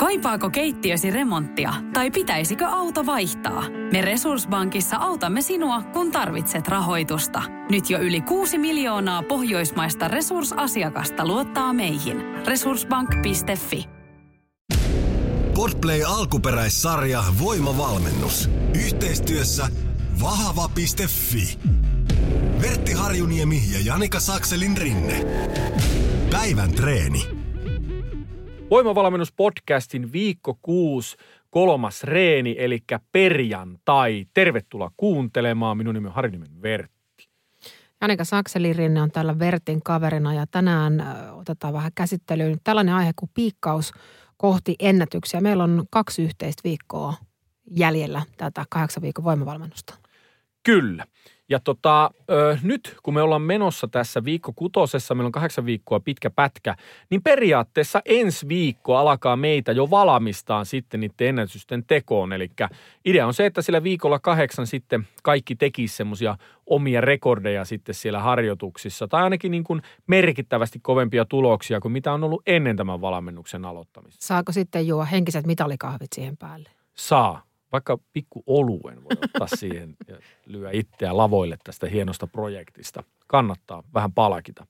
Kaipaako keittiösi remonttia tai pitäisikö auto vaihtaa? Me Resurssbankissa autamme sinua, kun tarvitset rahoitusta. Nyt jo yli 6 miljoonaa pohjoismaista resursasiakasta luottaa meihin. Resurssbank.fi. Podplay alkuperäissarja Voimavalmennus. Yhteistyössä vahva.fi. Vertti Harjuniemi ja Janika Sakselin Rinne. Päivän treeni. Voimavalmennuspodcastin viikko 6 kolmas reeni, eli perjantai. Tervetuloa kuuntelemaan. Minun nimi on Harjuniemi Vertti. Janika Sakselin Rinne on täällä Vertin kaverina ja tänään otetaan vähän käsittelyyn tällainen aihe kuin piikkaus kohti ennätyksiä. Meillä on 2 yhteistä viikkoa jäljellä tätä 8 viikon voimavalmennusta. Kyllä. Ja nyt kun me ollaan menossa tässä viikko 6, meillä on 8 viikkoa pitkä pätkä, niin periaatteessa ensi viikko alkaa meitä jo valmistaan sitten niiden ennätysten tekoon. Eli idea on se, että sillä viikolla 8 sitten kaikki tekisi semmoisia omia rekordeja sitten siellä harjoituksissa. Tai ainakin niin kuin merkittävästi kovempia tuloksia kuin mitä on ollut ennen tämän valmennuksen aloittamista. Saako sitten juo henkiset mitalikahvit siihen päälle? Saa. Vaikka pikku oluen voi ottaa siihen ja lyö itseä lavoille tästä hienosta projektista. Kannattaa vähän palkita.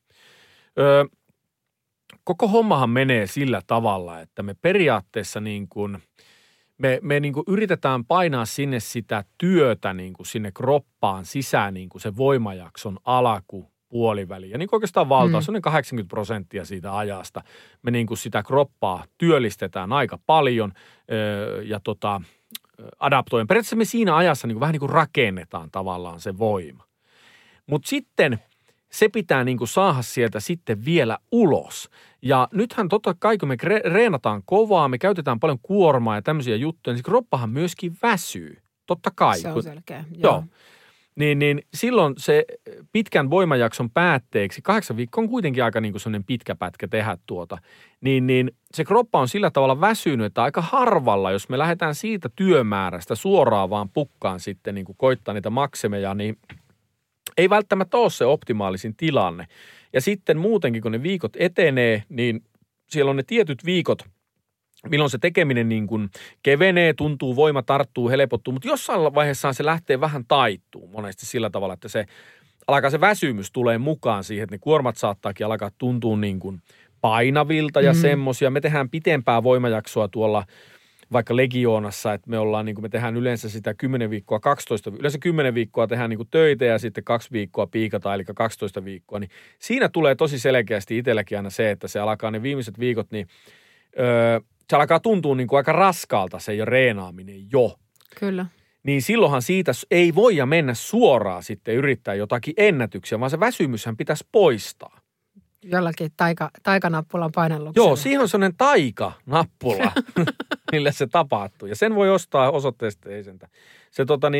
Koko hommahan menee sillä tavalla, että me periaatteessa niin kuin, me niin kuin yritetään painaa sinne sitä työtä niin kuin sinne kroppaan sisään niin kuin se voimajakson alku, puoliväli. Ja niin kuin oikeastaan valtaus on 80% siitä ajasta. Me niin kuin sitä kroppaa työllistetään aika paljon ja adaptoin. Periaatteessa me siinä ajassa niin kuin vähän niin kuin rakennetaan tavallaan se voima. Mutta sitten se pitää niin kuin saada sieltä sitten vielä ulos. Ja nythän totta kai, kun me reenataan kovaa, me käytetään paljon kuormaa ja tämmöisiä juttuja, niin se kroppahan myöskin väsyy. Totta kai. Se on selkeä. Joo. Niin silloin se pitkän voimajakson päätteeksi, 8 viikkoa on kuitenkin aika niin kuin sellainen pitkä pätkä tehdä niin se kroppa on sillä tavalla väsynyt, että aika harvalla, jos me lähdetään siitä työmäärästä suoraan vaan pukkaan sitten niin kuin koittaa niitä maksimeja, niin ei välttämättä ole se optimaalisin tilanne. Ja sitten muutenkin, kun ne viikot etenee, niin siellä on ne tietyt viikot, milloin se tekeminen niin kuin kevenee, tuntuu, voima tarttuu, helpottuu, mutta jossain vaiheessaan se lähtee vähän taittuu monesti sillä tavalla, että se alkaa se väsymys tulee mukaan siihen, että ne kuormat saattaakin alkaa tuntua niin kuin painavilta ja semmoisia. Me tehdään pitempää voimajaksoa tuolla vaikka legioonassa, että me ollaan niin kuin me tehdään yleensä sitä 10 viikkoa, 12, yleensä 10 viikkoa tehdään niin kuin töitä ja sitten 2 viikkoa piikataan, eli 12 viikkoa, niin siinä tulee tosi selkeästi itselläkin aina se, että se alkaa ne viimeiset viikot, niin se alkaa tuntua niin kuin aika raskaalta se jo reenaaminen jo. Kyllä. Niin silloinhan siitä ei voi mennä suoraan sitten yrittää jotakin ennätyksiä, vaan se väsymyshän pitäisi poistaa. Jollakin taikanappulan painalluksella. Joo, siihen on sellainen taikanappula, millä se tapahtuu. Ja sen voi ostaa osoitteesta eisentä. Se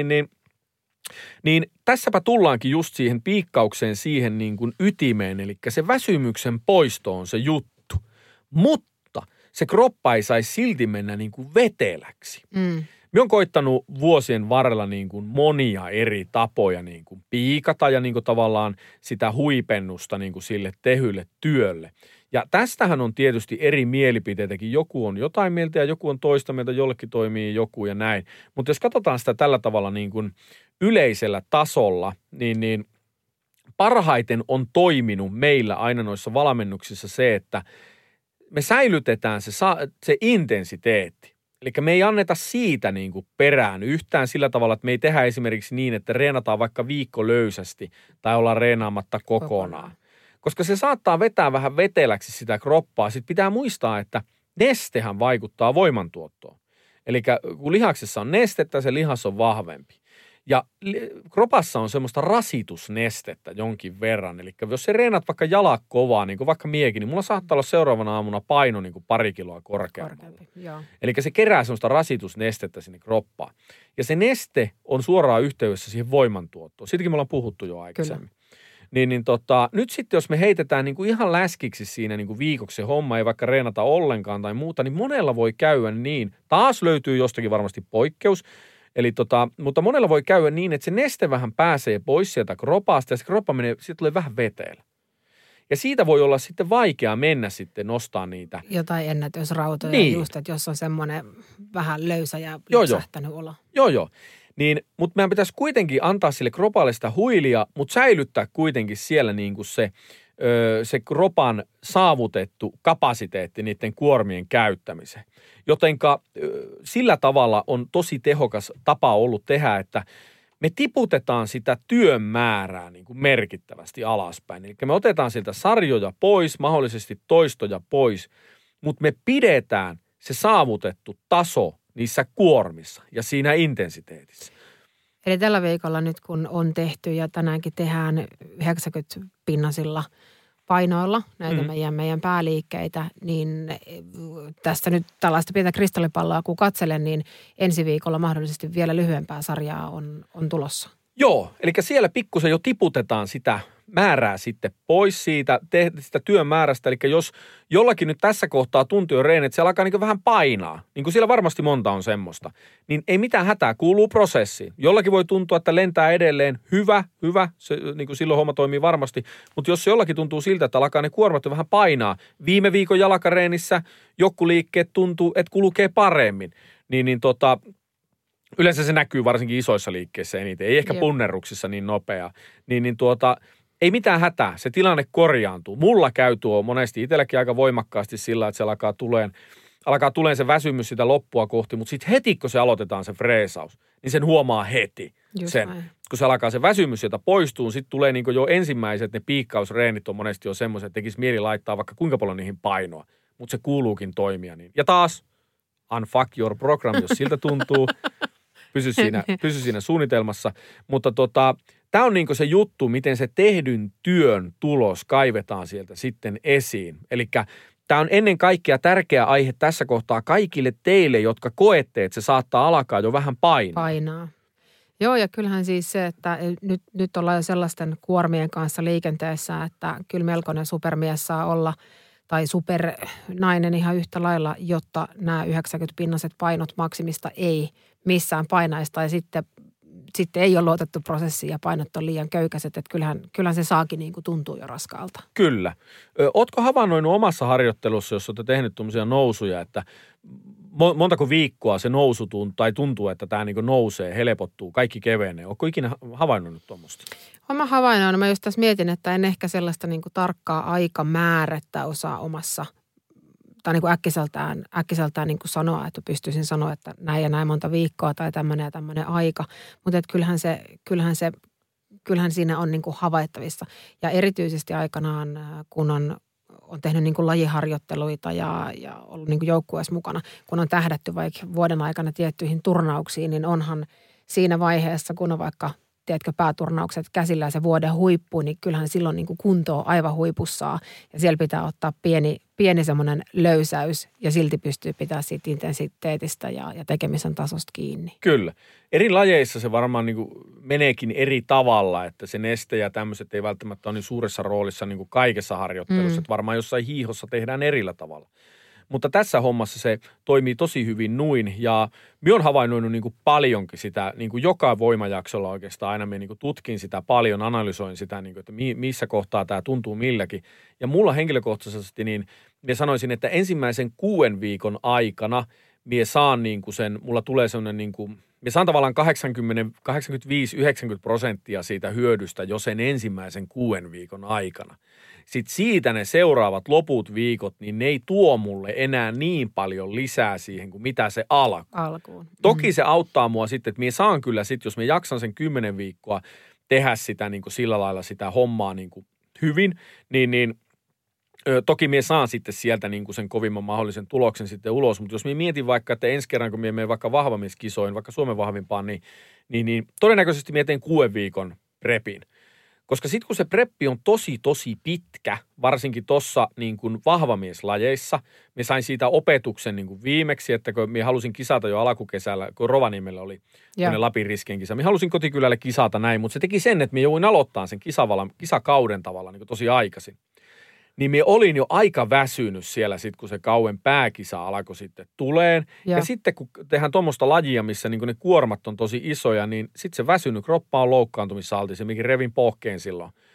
niin tässäpä tullaankin just siihen piikkaukseen, siihen niin kuin ytimeen, eli se väsymyksen poisto on se juttu. Mutta se kroppa ei saisi silti mennä niin kuin veteläksi. Me on koittanut vuosien varrella niin kuin monia eri tapoja niin kuin piikata ja niin kuin tavallaan sitä huipennusta niin kuin sille tehylle työlle. Ja tästähän on tietysti eri mielipiteitäkin. Joku on jotain mieltä ja joku on toista mieltä, jollekin toimii joku ja näin. Mutta jos katsotaan sitä tällä tavalla niin kuin yleisellä tasolla, niin parhaiten on toiminut meillä aina noissa valmennuksissa se, että me säilytetään se intensiteetti. Eli me ei anneta siitä niin kuin perään yhtään sillä tavalla, että me ei tehdä esimerkiksi niin, että reenataan vaikka viikko löysästi tai ollaan reenaamatta kokonaan. Koska se saattaa vetää vähän veteläksi sitä kroppaa. Sitten pitää muistaa, että nestehän vaikuttaa voimantuottoon. Eli kun lihaksessa on nestettä, se lihas on vahvempi. Ja kropassa on semmoista rasitusnestettä jonkin verran. Eli jos sä reenat vaikka jalat kovaa, niin kuin vaikka miekin, niin mulla saattaa olla seuraavana aamuna paino niin kuin 2 kiloa korkeammalla. Eli se kerää semmoista rasitusnestettä sinne kroppaan. Ja se neste on suoraan yhteydessä siihen voimantuottoon. Siitäkin me ollaan puhuttu jo aikaisemmin. Nyt sitten jos me heitetään niin kuin ihan läskiksi siinä niin kuin viikoksi se homma, ei vaikka reenata ollenkaan tai muuta, niin monella voi käydä niin. Taas löytyy jostakin varmasti poikkeus. Eli mutta monella voi käydä niin, että se neste vähän pääsee pois sieltä kropasta ja se kroppa menee, siitä tulee vähän veteellä. Ja siitä voi olla sitten vaikea mennä sitten nostaa niitä. Jotain ennätysrautoja Niin. just, että jos on semmoinen vähän löysä ja Joo. lypsähtänyt olo. Joo. Niin, mutta meidän pitäisi kuitenkin antaa sille kropalle sitä huilia, mutta säilyttää kuitenkin siellä niin kuin se kropan saavutettu kapasiteetti niiden kuormien käyttämiseen. Jotenka sillä tavalla on tosi tehokas tapa ollut tehdä, että me tiputetaan sitä työn määrää niin kuin merkittävästi alaspäin. Eli me otetaan sieltä sarjoja pois, mahdollisesti toistoja pois, mutta me pidetään se saavutettu taso niissä kuormissa ja siinä intensiteetissä. Eli tällä viikolla nyt kun on tehty ja tänäänkin tehdään 90-pinnasilla painoilla näitä meidän pääliikkeitä, niin tästä nyt tällaista pientä kristallipalloa kun katselen, niin ensi viikolla mahdollisesti vielä lyhyempää sarjaa on tulossa. Joo, eli siellä pikkusen jo tiputetaan sitä määrää sitten pois sitä työn määrästä. Eli jos jollakin nyt tässä kohtaa tuntuu jo reeni, että se alkaa niin vähän painaa, niin kuin siellä varmasti monta on semmoista, niin ei mitään hätää, kuuluu prosessiin. Jollakin voi tuntua, että lentää edelleen, hyvä, se, niin kuin silloin homma toimii varmasti, mutta jos jollakin tuntuu siltä, että alkaa ne kuormat jo vähän painaa, viime viikon jalkareenissä joku liikkeet tuntuu, että kulkee paremmin, niin yleensä se näkyy varsinkin isoissa liikkeissä eniten, ei ehkä punnerruksissa niin nopeaa, ei mitään hätää, se tilanne korjaantuu. Mulla käy tuo monesti itselläkin aika voimakkaasti sillä, että se alkaa tuleen se väsymys sitä loppua kohti, mutta sitten heti, kun se aloitetaan se freesaus, niin sen huomaa heti. Kun se alkaa se väsymys sieltä poistuu, sitten tulee niin jo ensimmäiset, ne piikkausreenit on monesti jo semmoiset, että tekisi mieli laittaa vaikka kuinka paljon niihin painoa, mutta se kuuluukin toimia niin. Ja taas, unfuck your program, jos siltä tuntuu, pysy siinä suunnitelmassa, mutta tämä on niin se juttu, miten se tehdyn työn tulos kaivetaan sieltä sitten esiin. Eli tämä on ennen kaikkea tärkeä aihe tässä kohtaa kaikille teille, jotka koette, että se saattaa alkaa jo vähän painaa. Joo, ja kyllähän siis se, että nyt ollaan jo sellaisten kuormien kanssa liikenteessä, että kyllä melkoinen supermies saa olla tai supernainen ihan yhtä lailla, jotta nämä 90-pinnaset painot maksimista ei missään painaisi tai sitten ei ole luotettu prosessiin ja painot on liian köykäiset, että kyllähän se saakin niin kuin tuntuu jo raskaalta. Kyllä. Ootko havainnoinut omassa harjoittelussa, jos olette tehnyt tuommoisia nousuja, että montako viikkoa se nousu tuntuu, että tämä niin kuin nousee, helpottuu, kaikki kevenee. Ootko ikinä havainnoinut tuommoista? Olen mä havainnoinut. Mä just tässä mietin, että en ehkä sellaista niin kuin tarkkaa aikamäärettä osaa omassa tai niin kuin äkkiseltään niin kuin sanoa, että pystyisin sanoa, että näin ja näin monta viikkoa tai tämmöinen ja tämmöinen aika. Mutta kyllähän siinä on niin kuin havaittavissa. Ja erityisesti aikanaan, kun on tehnyt niin kuin lajiharjoitteluita ja ollut niin kuin joukkueessa mukana, kun on tähdätty vaikka vuoden aikana tiettyihin turnauksiin, niin onhan siinä vaiheessa, kun on vaikka pääturnaukset käsillä ja se vuoden huippu, niin kyllähän silloin niin kuin kunto on aivan huipussaan. Ja siellä pitää ottaa pieni semmoinen löysäys ja silti pystyy pitämään siitä intensiteetistä ja tekemisen tasosta kiinni. Kyllä. Eri lajeissa se varmaan niin kuin meneekin eri tavalla, että se neste ja tämmöiset ei välttämättä ole niin suuressa roolissa niin kuin kaikessa harjoittelussa. Että varmaan jossain hiihossa tehdään erillä tavalla. Mutta tässä hommassa se toimii tosi hyvin nuin ja minä olen havainnoinut niin kuin paljonkin sitä, niin kuin joka voimajaksolla oikeastaan aina minä niin kuin tutkin sitä paljon, analysoin sitä, niin kuin, että missä kohtaa tämä tuntuu milläkin. Ja mulla henkilökohtaisesti niin minä sanoisin, että ensimmäisen 6 viikon aikana minä saan niin kuin mulla tulee sellainen niin kuin, minä saan tavallaan 85-90% siitä hyödystä jo sen ensimmäisen 6 viikon aikana. Sitten siitä ne seuraavat loput viikot, niin ne ei tuo mulle enää niin paljon lisää siihen kuin mitä se alkuun. Toki se auttaa mua sitten, että minä saan kyllä sitten, jos minä jaksan sen 10 viikkoa tehdä sitä niin kuin sillä lailla sitä hommaa niin kuin hyvin, niin toki minä saan sitten sieltä niin kuin sen kovimman mahdollisen tuloksen sitten ulos, mutta jos minä mietin vaikka, että ensi kerran kun minä menen vaikka vahvamieskisoihin, vaikka Suomen vahvimpaan, niin todennäköisesti minä teen 6 viikon prepin. Koska sitten kun se preppi on tosi pitkä, varsinkin tuossa niin kuin vahvamieslajeissa, minä sain siitä opetuksen niin kuin viimeksi, että kun minä halusin kisata jo alkukesällä, kun Rovaniemellä oli Lapin riskien kisa, minä halusin kotikylälle kisata näin, mutta se teki sen, että minä jouduin aloittamaan sen kisakauden tavalla niin kuin tosi aikaisin. Niin minä olin jo aika väsynyt siellä sitten, kun se kauen pääkisa alkoi sitten tuleen. Ja sitten kun tehdään tuommoista lajia, missä niin ne kuormat on tosi isoja, niin sitten se väsynyt kroppa on loukkaantumisaltis. Ja minäkin revin pohkeen silloin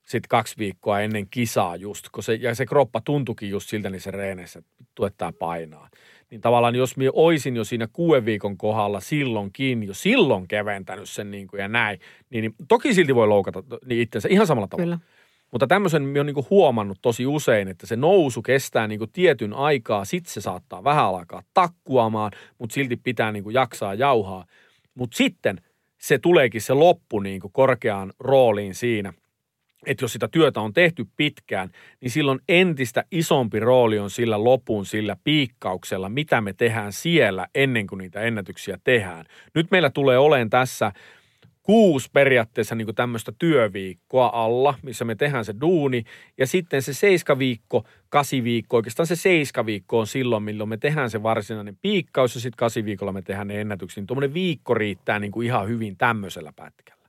sitten 2 viikkoa ennen kisaa just, kun se kroppa tuntuikin just siltä niissä reeneissä, että tämä painaa. Niin tavallaan jos minä olisin jo siinä 6 viikon kohdalla silloin keventänyt sen niin kuin ja näin, niin toki silti voi loukata niin itsensä ihan samalla tavalla. Kyllä. Mutta tämmöisen minä olen niin kuin huomannut tosi usein, että se nousu kestää niin kuin tietyn aikaa, sitten se saattaa vähän alkaa takkuamaan, mutta silti pitää niin kuin jaksaa jauhaa. Mutta sitten se tuleekin se loppu niin kuin korkeaan rooliin siinä, että jos sitä työtä on tehty pitkään, niin silloin entistä isompi rooli on sillä lopun, sillä piikkauksella, mitä me tehdään siellä ennen kuin niitä ennätyksiä tehdään. Nyt meillä tulee olemaan tässä 6 periaatteessa niin kuin tämmöistä työviikkoa alla, missä me tehdään se duuni, ja sitten se 7 viikko, 8 viikko, oikeastaan se 7 viikko on silloin, milloin me tehdään se varsinainen piikkaus, ja sitten 8 viikolla me tehdään ne ennätyksiä. Tuommoinen viikko riittää niin kuin ihan hyvin tämmöisellä pätkällä.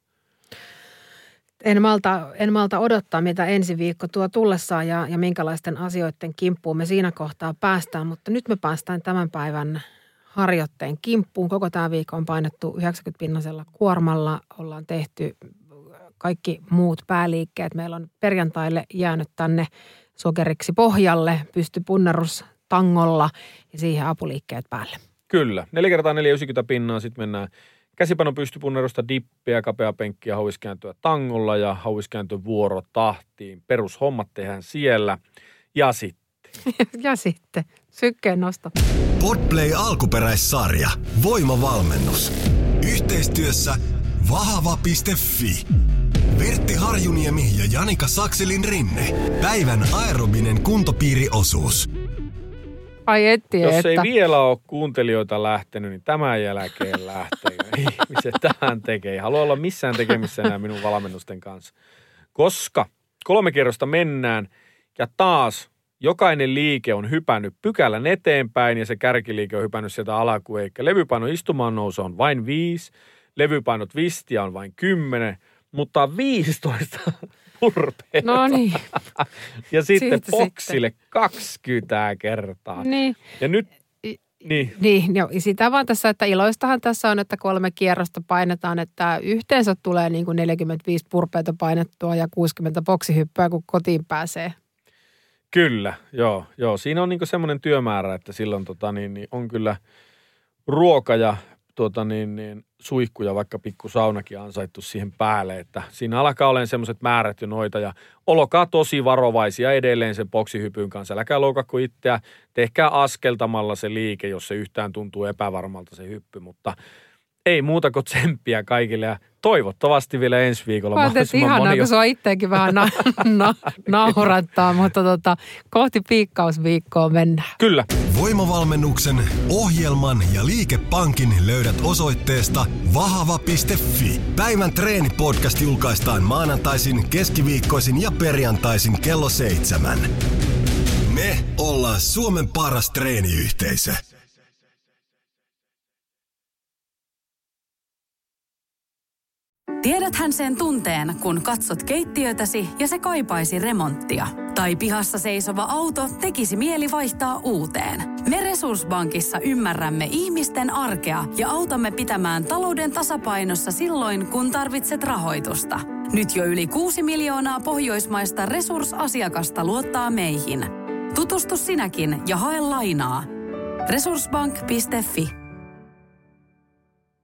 En malta odottaa, mitä ensi viikko tuo tullessaan ja minkälaisten asioiden kimppuun me siinä kohtaa päästään, mutta nyt me päästään tämän päivän harjoitteen kimppuun. Koko tämä viikko on painettu 90-pinnasella kuormalla. Ollaan tehty kaikki muut pääliikkeet. Meillä on perjantaille jäänyt tänne sokeriksi pohjalle, pystypunnerus tangolla ja siihen apuliikkeet päälle. Kyllä. 4x4 90 pinnaa. Sitten mennään käsipanon pystypunnerusta, dippiä, kapea penkkiä, hauiskääntöä tangolla ja hauiskääntö vuorotahtiin. Perushommat tehdään siellä. Ja sitten sykkeen nosto. Podplay alkuperäissarja. Voimavalmennus. Yhteistyössä vahva.fi. Vertti Harjuniemi ja Janika Sakselin rinne. Päivän aerobinen kuntopiiriosuus. Jos ei vielä ole kuuntelijoita lähtenyt, niin tämän jälkeen lähtee. Ihmiset tähän tekee. Ei halua olla missään tekemissä enää minun valmennusten kanssa. Koska 3 kierrosta mennään ja taas jokainen liike on hypännyt pykälän eteenpäin ja se kärkiliike on hypännyt sieltä alakuun. Eikä levypaino istumaan nousu on vain 5, levypaino twistia on vain 10, mutta 15 purpeita. No niin. Ja sitten boksille 20 kertaa. Niin. Ja nyt, Niin, sitä vaan tässä, että iloistahan tässä on, että 3 kierrosta painetaan, että yhteensä tulee niin kuin 45 purpeita painettua ja 60 boksihyppää, kun kotiin pääsee. Kyllä, joo. Siinä on niin kuin semmoinen työmäärä, että silloin on kyllä ruoka ja suihkuja, vaikka pikku saunakin ansaittu siihen päälle, että siinä alkaa olemaan semmoiset määrät jo noita ja olkaa tosi varovaisia edelleen sen boksihypyn kanssa. Äläkää loukakko itseä, tehkää askeltamalla se liike, jos se yhtään tuntuu epävarmalta se hyppy, mutta ei muuta kuin tsemppiä kaikille ja toivottavasti vielä ensi viikolla mahdollisimman moni. Ihanaa, kun sua itseäkin vähän naurattaa, mutta kohti piikkausviikkoa mennään. Kyllä. Voimavalmennuksen, ohjelman ja liikepankin löydät osoitteesta vahva.fi. Päivän treenipodcast julkaistaan maanantaisin, keskiviikkoisin ja perjantaisin kello 7. Me ollaan Suomen paras treeniyhteisö. Tiedäthän sen tunteen, kun katsot keittiötäsi ja se kaipaisi remonttia. Tai pihassa seisova auto tekisi mieli vaihtaa uuteen. Me Resursbankissa ymmärrämme ihmisten arkea ja autamme pitämään talouden tasapainossa silloin, kun tarvitset rahoitusta. Nyt jo yli 6 miljoonaa pohjoismaista resursasiakasta luottaa meihin. Tutustu sinäkin ja hae lainaa. Resursbank.fi